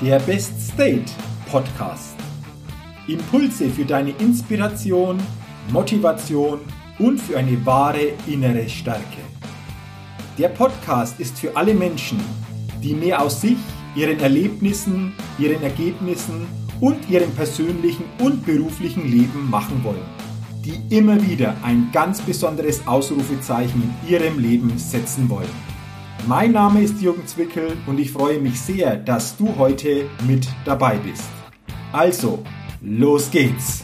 der Best State Podcast. Impulse für deine Inspiration, Motivation und für eine wahre innere Stärke. Der Podcast ist für alle Menschen, die mehr aus sich, ihren Erlebnissen, ihren Ergebnissen und ihrem persönlichen und beruflichen Leben machen wollen, die immer wieder ein ganz besonderes Ausrufezeichen in ihrem Leben setzen wollen. Mein Name ist Jürgen Zwickel und ich freue mich sehr, dass du heute mit dabei bist. Also, los geht's!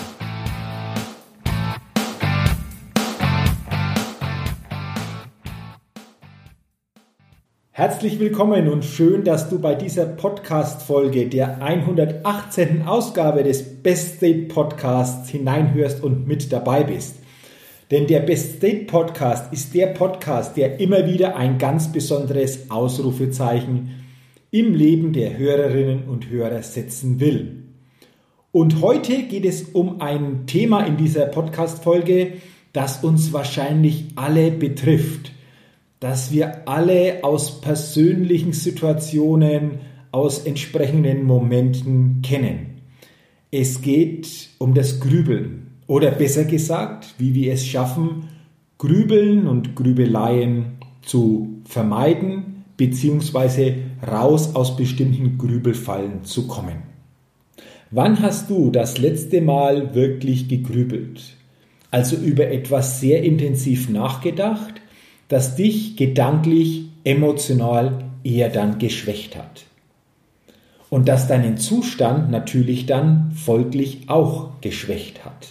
Herzlich willkommen und schön, dass du bei dieser Podcast-Folge der 118. Ausgabe des Best State Podcasts hineinhörst und mit dabei bist. Denn der Best State Podcast ist der Podcast, der immer wieder ein ganz besonderes Ausrufezeichen im Leben der Hörerinnen und Hörer setzen will. Und heute geht es um ein Thema in dieser Podcast-Folge, das uns wahrscheinlich alle betrifft, dass wir alle aus persönlichen Situationen, aus entsprechenden Momenten kennen. Es geht um das Grübeln oder besser gesagt, wie wir es schaffen, Grübeln und Grübeleien zu vermeiden bzw. raus aus bestimmten Grübelfallen zu kommen. Wann hast du das letzte Mal wirklich gegrübelt? Also über etwas sehr intensiv nachgedacht, das dich gedanklich, emotional eher dann geschwächt hat. Und das deinen Zustand natürlich dann folglich auch geschwächt hat.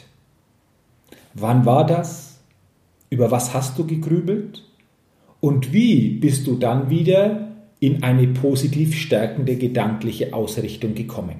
Wann war das? Über was hast du gegrübelt? Und wie bist du dann wieder in eine positiv stärkende gedankliche Ausrichtung gekommen?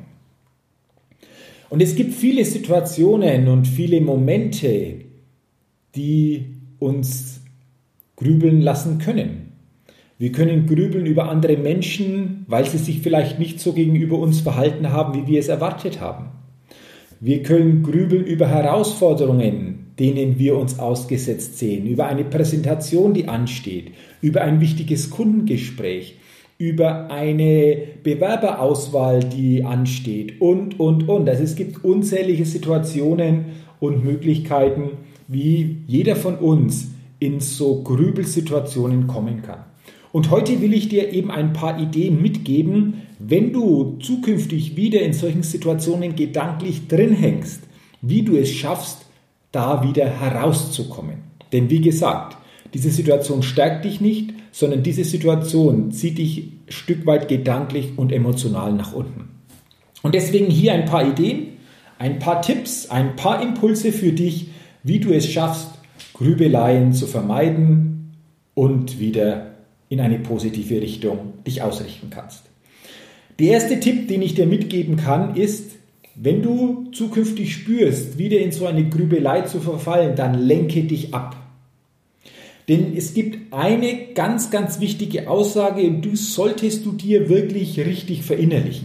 Und es gibt viele Situationen und viele Momente, die uns grübeln lassen können. Wir können grübeln über andere Menschen, weil sie sich vielleicht nicht so gegenüber uns verhalten haben, wie wir es erwartet haben. Wir können grübeln über Herausforderungen, denen wir uns ausgesetzt sehen, über eine Präsentation, die ansteht, über ein wichtiges Kundengespräch, über eine Bewerberauswahl, die ansteht und. Also es gibt unzählige Situationen und Möglichkeiten, wie jeder von uns in so Grübelsituationen kommen kann. Und heute will ich dir eben ein paar Ideen mitgeben, wenn du zukünftig wieder in solchen Situationen gedanklich drin hängst, wie du es schaffst, da wieder herauszukommen. Denn wie gesagt, diese Situation stärkt dich nicht, sondern diese Situation zieht dich ein Stück weit gedanklich und emotional nach unten. Und deswegen hier ein paar Ideen, ein paar Tipps, ein paar Impulse für dich, wie du es schaffst, Grübeleien zu vermeiden und wieder in eine positive Richtung dich ausrichten kannst. Der erste Tipp, den ich dir mitgeben kann, ist, wenn du zukünftig spürst, wieder in so eine Grübelei zu verfallen, dann lenke dich ab. Denn es gibt eine ganz, ganz wichtige Aussage und die solltest du dir wirklich richtig verinnerlichen.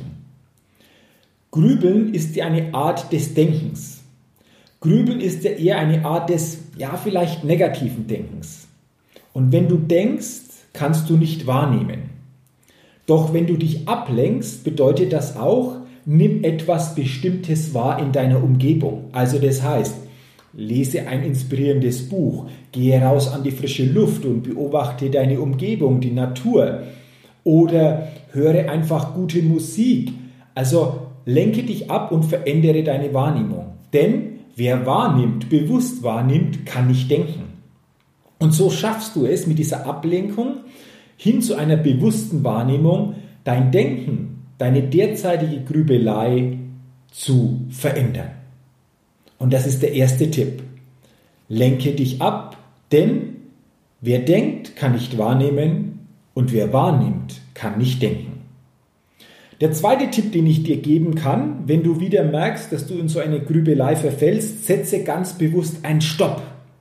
Grübeln ist ja eine Art des Denkens. Grübeln ist ja eher eine Art des, vielleicht negativen Denkens. Und wenn du denkst, kannst du nicht wahrnehmen. Doch wenn du dich ablenkst, bedeutet das auch, nimm etwas Bestimmtes wahr in deiner Umgebung. Also das heißt, lese ein inspirierendes Buch, gehe raus an die frische Luft und beobachte deine Umgebung, die Natur. Oder höre einfach gute Musik. Also lenke dich ab und verändere deine Wahrnehmung. Denn wer wahrnimmt, bewusst wahrnimmt, kann nicht denken. Und so schaffst du es mit dieser Ablenkung hin zu einer bewussten Wahrnehmung, dein Denken, deine derzeitige Grübelei zu verändern. Und das ist der erste Tipp. Lenke dich ab, denn wer denkt, kann nicht wahrnehmen und wer wahrnimmt, kann nicht denken. Der zweite Tipp, den ich dir geben kann, wenn du wieder merkst, dass du in so eine Grübelei verfällst, setze ganz bewusst einen Stopp.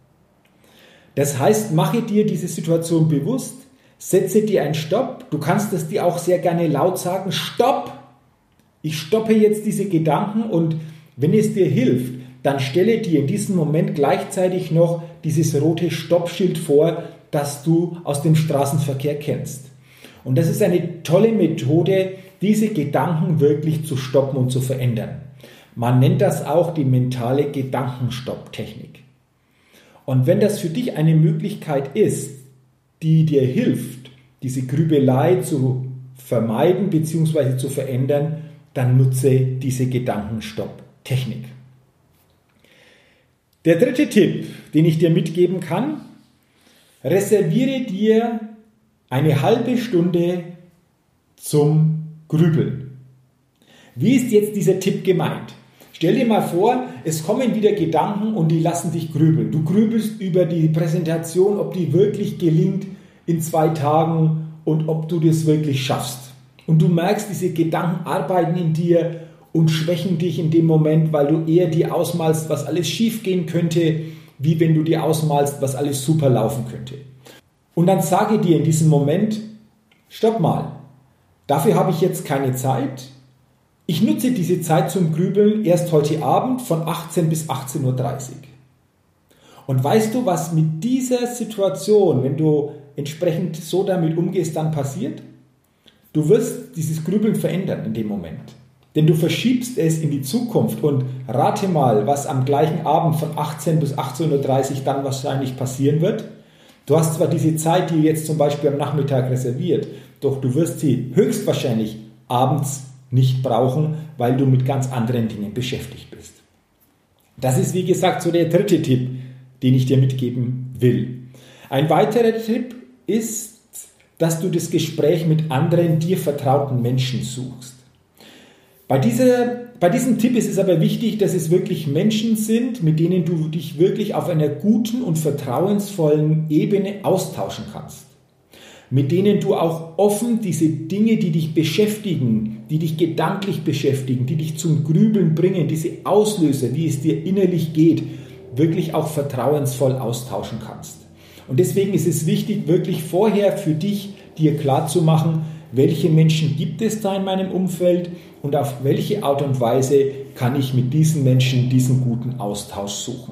Das heißt, mache dir diese Situation bewusst, setze dir einen Stopp. Du kannst es dir auch sehr gerne laut sagen, Stopp! Ich stoppe jetzt diese Gedanken und wenn es dir hilft, dann stelle dir in diesem Moment gleichzeitig noch dieses rote Stoppschild vor, das du aus dem Straßenverkehr kennst. Und das ist eine tolle Methode, diese Gedanken wirklich zu stoppen und zu verändern. Man nennt das auch die mentale Gedankenstopptechnik. Und wenn das für dich eine Möglichkeit ist, die dir hilft, diese Grübelei zu vermeiden bzw. zu verändern, dann nutze diese Gedankenstopptechnik. Der dritte Tipp, den ich dir mitgeben kann: Reserviere dir eine halbe Stunde zum Grübeln. Wie ist jetzt dieser Tipp gemeint? Stell dir mal vor, es kommen wieder Gedanken und die lassen dich grübeln. Du grübelst über die Präsentation, ob die wirklich gelingt in 2 Tagen und ob du das wirklich schaffst. Und du merkst, diese Gedanken arbeiten in dir und schwächen dich in dem Moment, weil du eher dir ausmalst, was alles schief gehen könnte, wie wenn du dir ausmalst, was alles super laufen könnte. Und dann sage dir in diesem Moment: Stopp mal, dafür habe ich jetzt keine Zeit. Ich nutze diese Zeit zum Grübeln erst heute Abend von 18 bis 18:30 Uhr. Und weißt du, was mit dieser Situation, wenn du entsprechend so damit umgehst, dann passiert? Du wirst dieses Grübeln verändern in dem Moment. Denn du verschiebst es in die Zukunft und rate mal, was am gleichen Abend von 18 bis 18:30 Uhr dann wahrscheinlich passieren wird. Du hast zwar diese Zeit, die jetzt zum Beispiel am Nachmittag reserviert, doch du wirst sie höchstwahrscheinlich abends nicht brauchen, weil du mit ganz anderen Dingen beschäftigt bist. Das ist, wie gesagt, so der dritte Tipp, den ich dir mitgeben will. Ein weiterer Tipp ist, dass du das Gespräch mit anderen dir vertrauten Menschen suchst. Bei diesem Tipp ist es aber wichtig, dass es wirklich Menschen sind, mit denen du dich wirklich auf einer guten und vertrauensvollen Ebene austauschen kannst. Mit denen du auch offen diese Dinge, die dich beschäftigen, die dich gedanklich beschäftigen, die dich zum Grübeln bringen, diese Auslöser, wie es dir innerlich geht, wirklich auch vertrauensvoll austauschen kannst. Und deswegen ist es wichtig, wirklich vorher für dich dir klarzumachen, welche Menschen gibt es da in meinem Umfeld und auf welche Art und Weise kann ich mit diesen Menschen diesen guten Austausch suchen.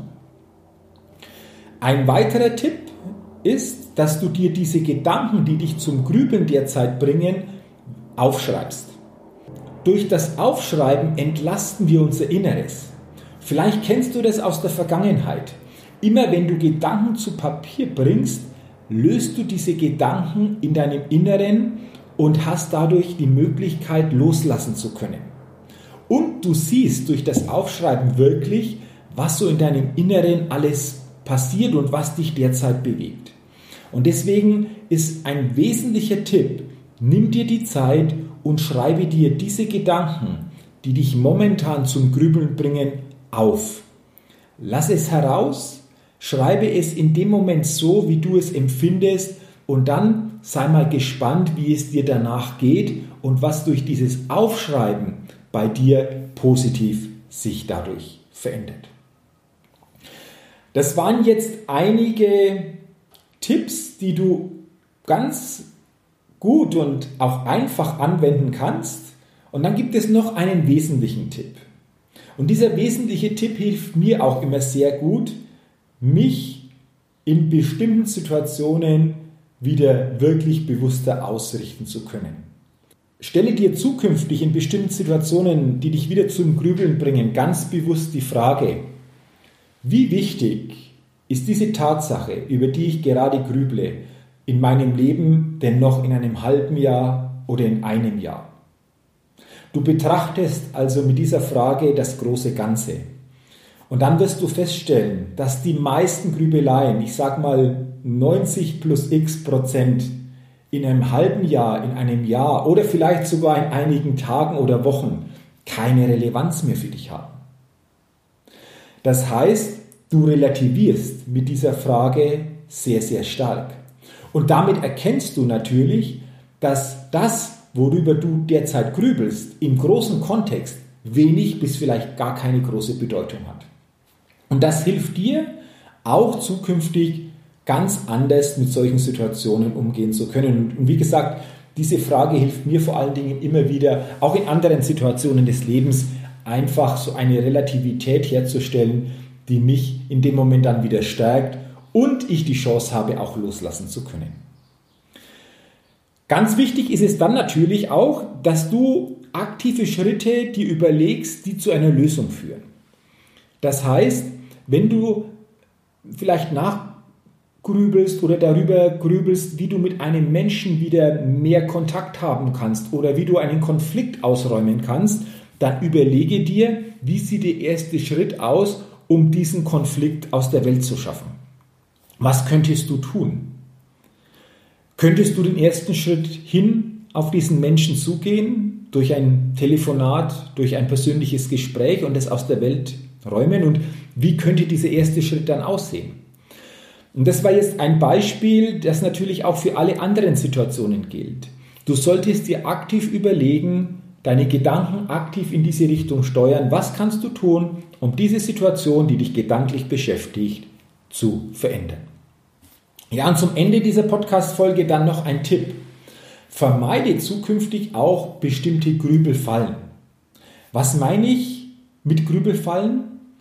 Ein weiterer Tipp ist, dass du dir diese Gedanken, die dich zum Grübeln derzeit bringen, aufschreibst. Durch das Aufschreiben entlasten wir unser Inneres. Vielleicht kennst du das aus der Vergangenheit. Immer wenn du Gedanken zu Papier bringst, löst du diese Gedanken in deinem Inneren und hast dadurch die Möglichkeit, loslassen zu können. Und du siehst durch das Aufschreiben wirklich, was so in deinem Inneren alles passiert und was dich derzeit bewegt. Und deswegen ist ein wesentlicher Tipp: Nimm dir die Zeit und schreibe dir diese Gedanken, die dich momentan zum Grübeln bringen, auf. Lass es heraus, schreibe es in dem Moment so, wie du es empfindest, und dann sei mal gespannt, wie es dir danach geht und was durch dieses Aufschreiben bei dir positiv sich dadurch verändert. Das waren jetzt einige Tipps, die du ganz gut und auch einfach anwenden kannst. Und dann gibt es noch einen wesentlichen Tipp. Und dieser wesentliche Tipp hilft mir auch immer sehr gut, mich in bestimmten Situationen wieder wirklich bewusster ausrichten zu können. Stelle dir zukünftig in bestimmten Situationen, die dich wieder zum Grübeln bringen, ganz bewusst die Frage: Wie wichtig ist diese Tatsache, über die ich gerade grüble, in meinem Leben denn noch in einem halben Jahr oder in einem Jahr? Du betrachtest also mit dieser Frage das große Ganze. Und dann wirst du feststellen, dass die meisten Grübeleien, ich sage mal 90 plus x% in einem halben Jahr, in einem Jahr oder vielleicht sogar in einigen Tagen oder Wochen keine Relevanz mehr für dich haben. Das heißt, du relativierst mit dieser Frage sehr, sehr stark. Und damit erkennst du natürlich, dass das, worüber du derzeit grübelst, im großen Kontext wenig bis vielleicht gar keine große Bedeutung hat. Und das hilft dir auch zukünftig ganz anders mit solchen Situationen umgehen zu können. Und wie gesagt, diese Frage hilft mir vor allen Dingen immer wieder, auch in anderen Situationen des Lebens, einfach so eine Relativität herzustellen, die mich in dem Moment dann wieder stärkt und ich die Chance habe, auch loslassen zu können. Ganz wichtig ist es dann natürlich auch, dass du aktive Schritte dir überlegst, die zu einer Lösung führen. Das heißt, wenn du vielleicht nachgrübelst oder darüber grübelst, wie du mit einem Menschen wieder mehr Kontakt haben kannst oder wie du einen Konflikt ausräumen kannst, dann überlege dir, wie sieht der erste Schritt aus, um diesen Konflikt aus der Welt zu schaffen. Was könntest du tun? Könntest du den ersten Schritt hin auf diesen Menschen zugehen, durch ein Telefonat, durch ein persönliches Gespräch und es aus der Welt räumen? Und wie könnte dieser erste Schritt dann aussehen? Und das war jetzt ein Beispiel, das natürlich auch für alle anderen Situationen gilt. Du solltest dir aktiv überlegen, deine Gedanken aktiv in diese Richtung steuern. Was kannst du tun, um diese Situation, die dich gedanklich beschäftigt, zu verändern? Ja, und zum Ende dieser Podcast-Folge dann noch ein Tipp. Vermeide zukünftig auch bestimmte Grübelfallen. Was meine ich mit Grübelfallen?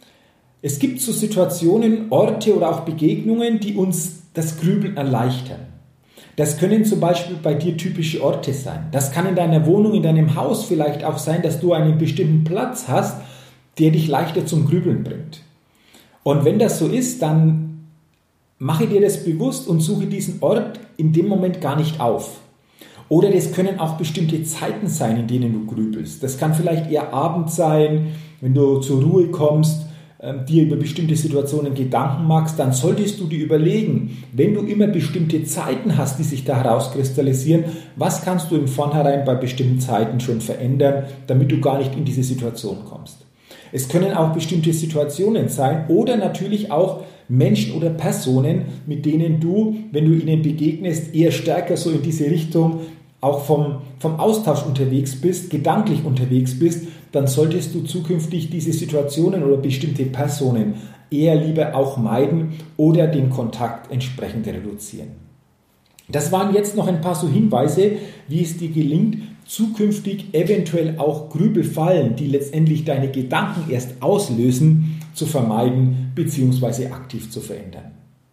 Es gibt so Situationen, Orte oder auch Begegnungen, die uns das Grübeln erleichtern. Das können zum Beispiel bei dir typische Orte sein. Das kann in deiner Wohnung, in deinem Haus vielleicht auch sein, dass du einen bestimmten Platz hast, der dich leichter zum Grübeln bringt. Und wenn das so ist, dann mache dir das bewusst und suche diesen Ort in dem Moment gar nicht auf. Oder das können auch bestimmte Zeiten sein, in denen du grübelst. Das kann vielleicht eher Abend sein, wenn du zur Ruhe kommst, dir über bestimmte Situationen Gedanken machst, dann solltest du dir überlegen, wenn du immer bestimmte Zeiten hast, die sich da herauskristallisieren, was kannst du im Vornherein bei bestimmten Zeiten schon verändern, damit du gar nicht in diese Situation kommst. Es können auch bestimmte Situationen sein oder natürlich auch Menschen oder Personen, mit denen du, wenn du ihnen begegnest, eher stärker so in diese Richtung auch vom Austausch unterwegs bist, gedanklich unterwegs bist, dann solltest du zukünftig diese Situationen oder bestimmte Personen eher lieber auch meiden oder den Kontakt entsprechend reduzieren. Das waren jetzt noch ein paar so Hinweise, wie es dir gelingt, zukünftig eventuell auch Grübelfallen, die letztendlich deine Gedanken erst auslösen, zu vermeiden bzw. aktiv zu verändern.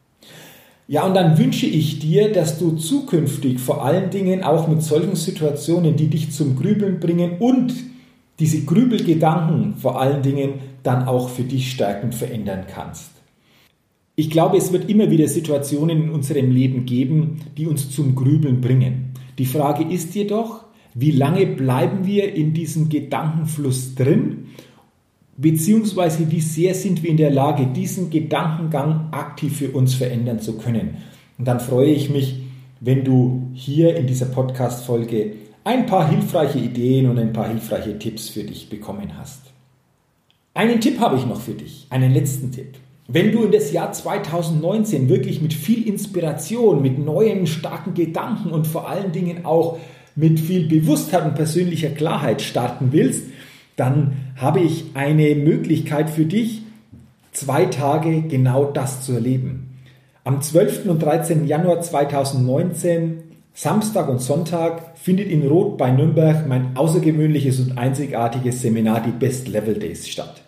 Ja, und dann wünsche ich dir, dass du zukünftig vor allen Dingen auch mit solchen Situationen, die dich zum Grübeln bringen und diese Grübelgedanken vor allen Dingen dann auch für dich stärkend verändern kannst. Ich glaube, es wird immer wieder Situationen in unserem Leben geben, die uns zum Grübeln bringen. Die Frage ist jedoch, wie lange bleiben wir in diesem Gedankenfluss drin? Beziehungsweise wie sehr sind wir in der Lage, diesen Gedankengang aktiv für uns verändern zu können. Und dann freue ich mich, wenn du hier in dieser Podcast-Folge ein paar hilfreiche Ideen und ein paar hilfreiche Tipps für dich bekommen hast. Einen Tipp habe ich noch für dich, einen letzten Tipp. Wenn du in das Jahr 2019 wirklich mit viel Inspiration, mit neuen, starken Gedanken und vor allen Dingen auch mit viel Bewusstheit und persönlicher Klarheit starten willst, dann habe ich eine Möglichkeit für dich, 2 Tage genau das zu erleben. Am 12. und 13. Januar 2019, Samstag und Sonntag, findet in Roth bei Nürnberg mein außergewöhnliches und einzigartiges Seminar, die Best Level Days, statt.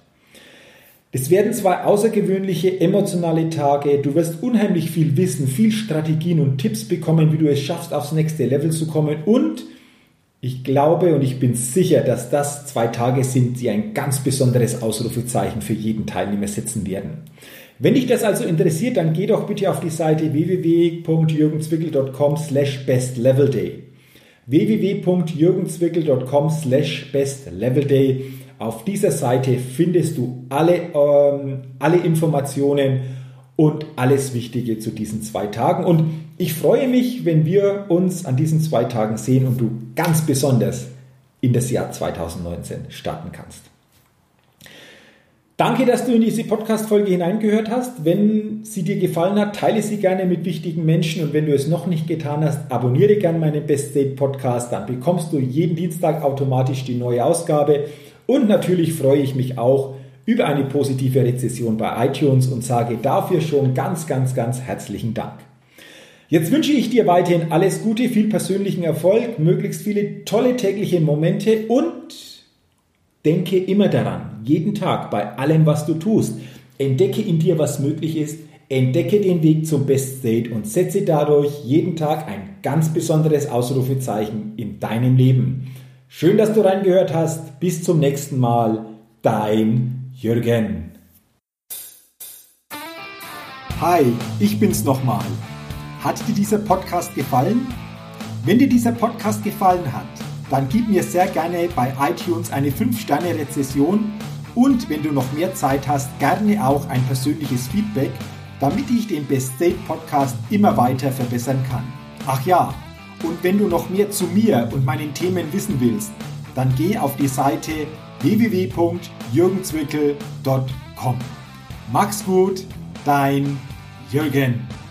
Es werden 2 außergewöhnliche, emotionale Tage. Du wirst unheimlich viel Wissen, viel Strategien und Tipps bekommen, wie du es schaffst, aufs nächste Level zu kommen. Und ich glaube und ich bin sicher, dass das 2 Tage sind, die ein ganz besonderes Ausrufezeichen für jeden Teilnehmer setzen werden. Wenn dich das also interessiert, dann geh doch bitte auf die Seite www.jürgenzwickel.com/bestlevelday. www.jürgenzwickel.com/bestlevelday. Auf dieser Seite findest du alle Informationen und alles Wichtige zu diesen 2 Tagen. Und ich freue mich, wenn wir uns an diesen 2 Tagen sehen und du ganz besonders in das Jahr 2019 starten kannst. Danke, dass du in diese Podcast-Folge hineingehört hast. Wenn sie dir gefallen hat, teile sie gerne mit wichtigen Menschen. Und wenn du es noch nicht getan hast, abonniere gerne meinen Best Date Podcast. Dann bekommst du jeden Dienstag automatisch die neue Ausgabe. Und natürlich freue ich mich auch über eine positive Rezession bei iTunes und sage dafür schon ganz, ganz, ganz herzlichen Dank. Jetzt wünsche ich dir weiterhin alles Gute, viel persönlichen Erfolg, möglichst viele tolle tägliche Momente und denke immer daran, jeden Tag bei allem, was du tust, entdecke in dir, was möglich ist, Entdecke den Weg zum Best Date und setze dadurch jeden Tag ein ganz besonderes Ausrufezeichen in deinem Leben. Schön, dass du reingehört hast. Bis zum nächsten Mal. Dein Jürgen. Hi, ich bin's nochmal. Hat dir dieser Podcast gefallen? Wenn dir dieser Podcast gefallen hat, dann gib mir sehr gerne bei iTunes eine 5-Sterne-Rezession und wenn du noch mehr Zeit hast, gerne auch ein persönliches Feedback, damit ich den Best Date Podcast immer weiter verbessern kann. Ach ja, und wenn du noch mehr zu mir und meinen Themen wissen willst, dann geh auf die Seite www.jürgenzwickel.com. Mach's gut, dein Jürgen.